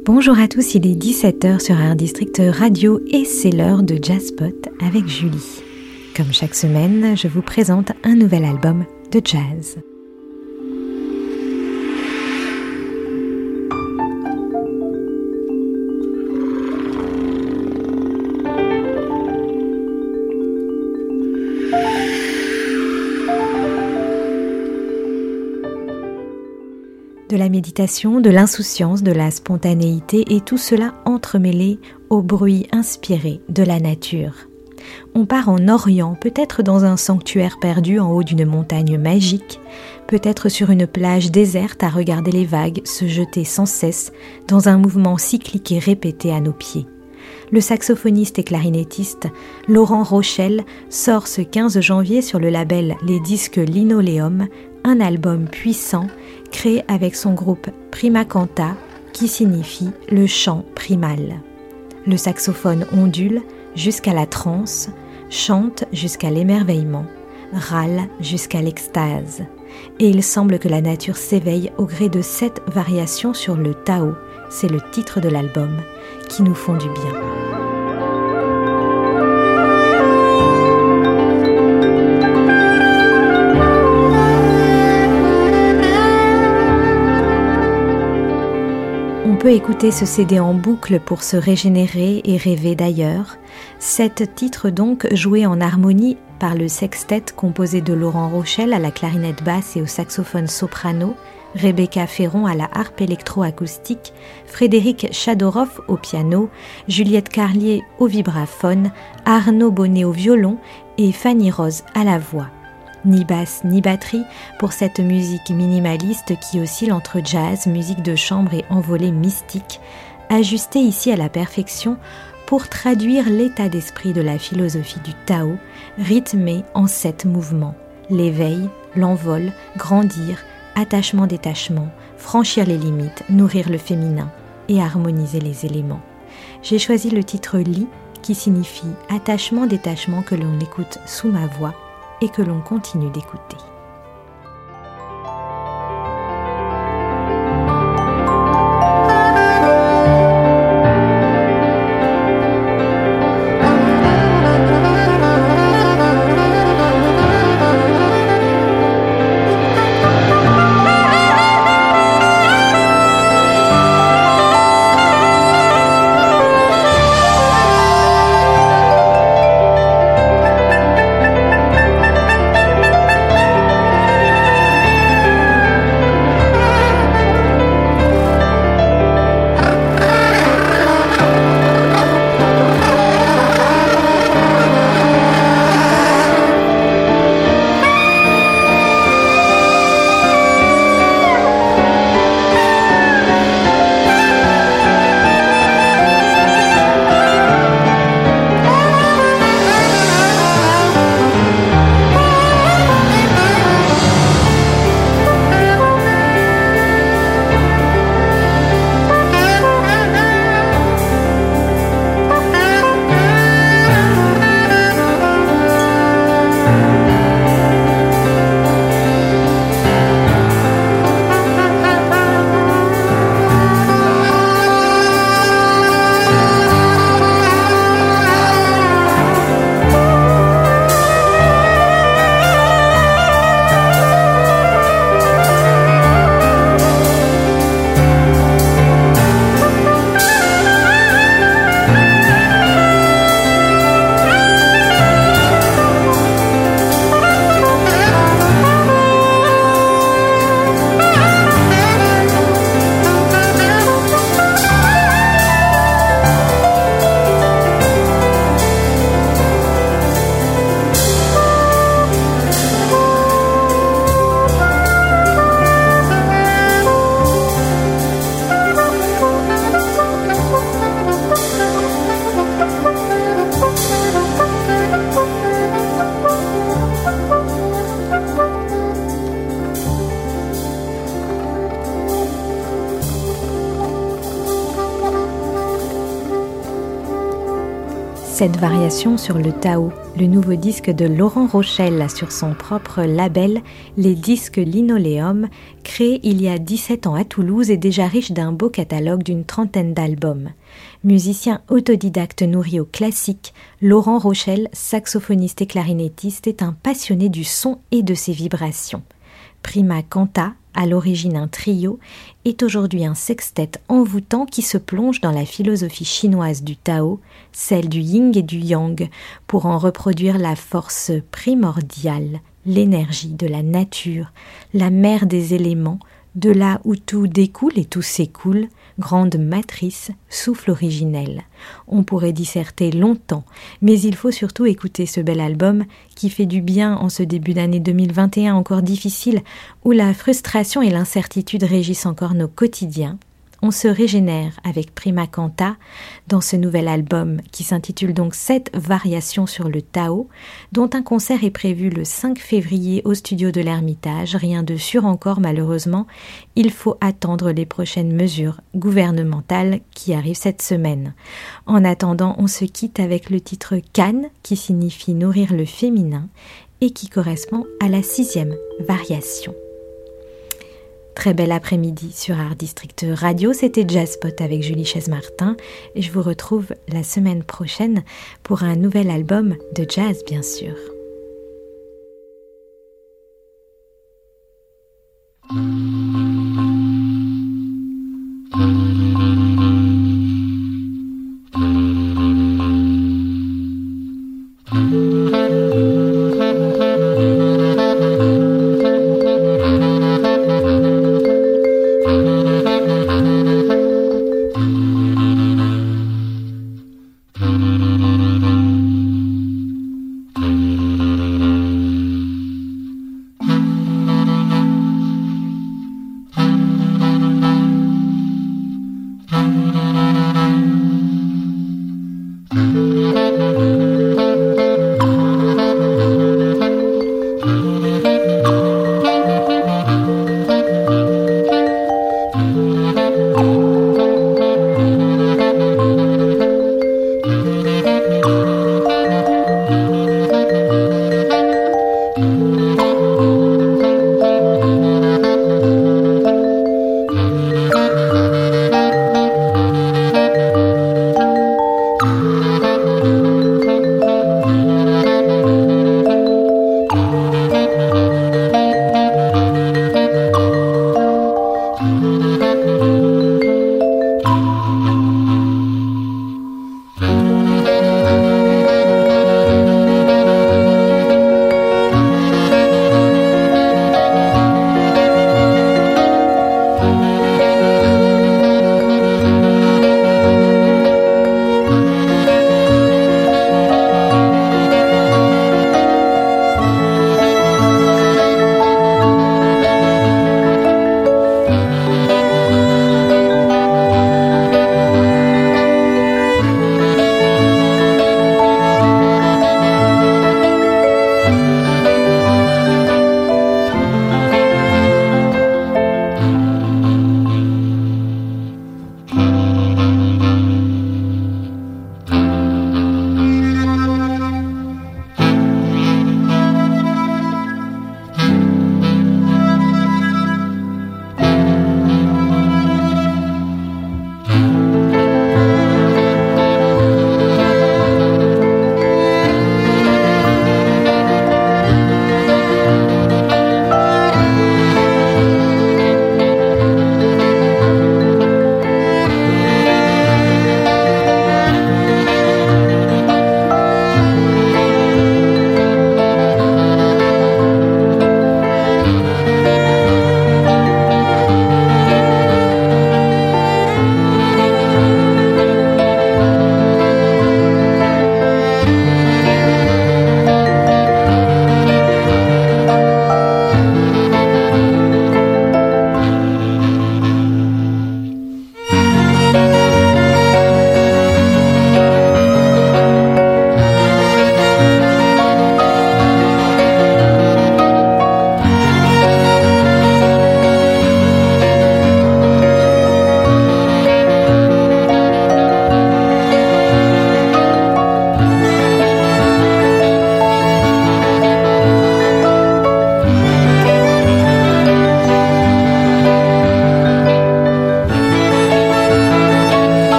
Bonjour à tous, il est 17h sur Art District Radio et c'est l'heure de Jazzpot avec Julie. Comme chaque semaine, je vous présente un nouvel album de jazz. De la méditation, de l'insouciance, de la spontanéité et tout cela entremêlé au bruit inspiré de la nature. On part en Orient, peut-être dans un sanctuaire perdu en haut d'une montagne magique, peut-être sur une plage déserte à regarder les vagues se jeter sans cesse dans un mouvement cyclique et répété à nos pieds. Le saxophoniste et clarinettiste Laurent Rochelle sort ce 15 janvier sur le label Les Disques Linoléum un album puissant créé avec son groupe Prima Canta qui signifie le chant primal. Le saxophone ondule jusqu'à la transe, chante jusqu'à l'émerveillement, râle jusqu'à l'extase. Et il semble que la nature s'éveille au gré de 7 variations sur le Tao, c'est le titre de l'album, qui nous font du bien. On peut écouter ce CD en boucle pour se régénérer et rêver d'ailleurs. 7 titres donc joués en harmonie par le sextet composé de Laurent Rochelle à la clarinette basse et au saxophone soprano, Rebecca Ferron à la harpe électroacoustique, Frédéric Chadorov au piano, Juliette Carlier au vibraphone, Arnaud Bonnet au violon et Fanny Rose à la voix. Ni basse ni batterie pour cette musique minimaliste qui oscille entre jazz, musique de chambre et envolée mystique, ajustée ici à la perfection pour traduire l'état d'esprit de la philosophie du Tao, rythmé en 7 mouvements, l'éveil, l'envol, grandir, attachement-détachement, franchir les limites, nourrir le féminin et harmoniser les éléments. J'ai choisi le titre Li qui signifie attachement-détachement que l'on écoute sous ma voix et que l'on continue d'écouter. Cette variation sur le Tao, le nouveau disque de Laurent Rochel sur son propre label, les disques Linoléum, créé il y a 17 ans à Toulouse et déjà riche d'un beau catalogue d'une trentaine d'albums. Musicien autodidacte nourri au classique, Laurent Rochel, saxophoniste et clarinettiste, est un passionné du son et de ses vibrations. Prima Canta, à l'origine un trio, est aujourd'hui un sextet envoûtant qui se plonge dans la philosophie chinoise du Tao, celle du yin et du yang, pour en reproduire la force primordiale, l'énergie de la nature, la mère des éléments, de là où tout découle et tout s'écoule, grande matrice, souffle originel. On pourrait disserter longtemps, mais il faut surtout écouter ce bel album qui fait du bien en ce début d'année 2021 encore difficile, où la frustration et l'incertitude régissent encore nos quotidiens. On se régénère avec Prima Canta dans ce nouvel album qui s'intitule donc 7 variations sur le Tao, dont un concert est prévu le 5 février au studio de l'Ermitage. Rien de sûr encore malheureusement, il faut attendre les prochaines mesures gouvernementales qui arrivent cette semaine. En attendant, on se quitte avec le titre Can, qui signifie nourrir le féminin et qui correspond à la 6e variation. Très bel après-midi sur Art District Radio, c'était Jazzpot avec Julie Chaise-Martin et je vous retrouve la semaine prochaine pour un nouvel album de jazz bien sûr.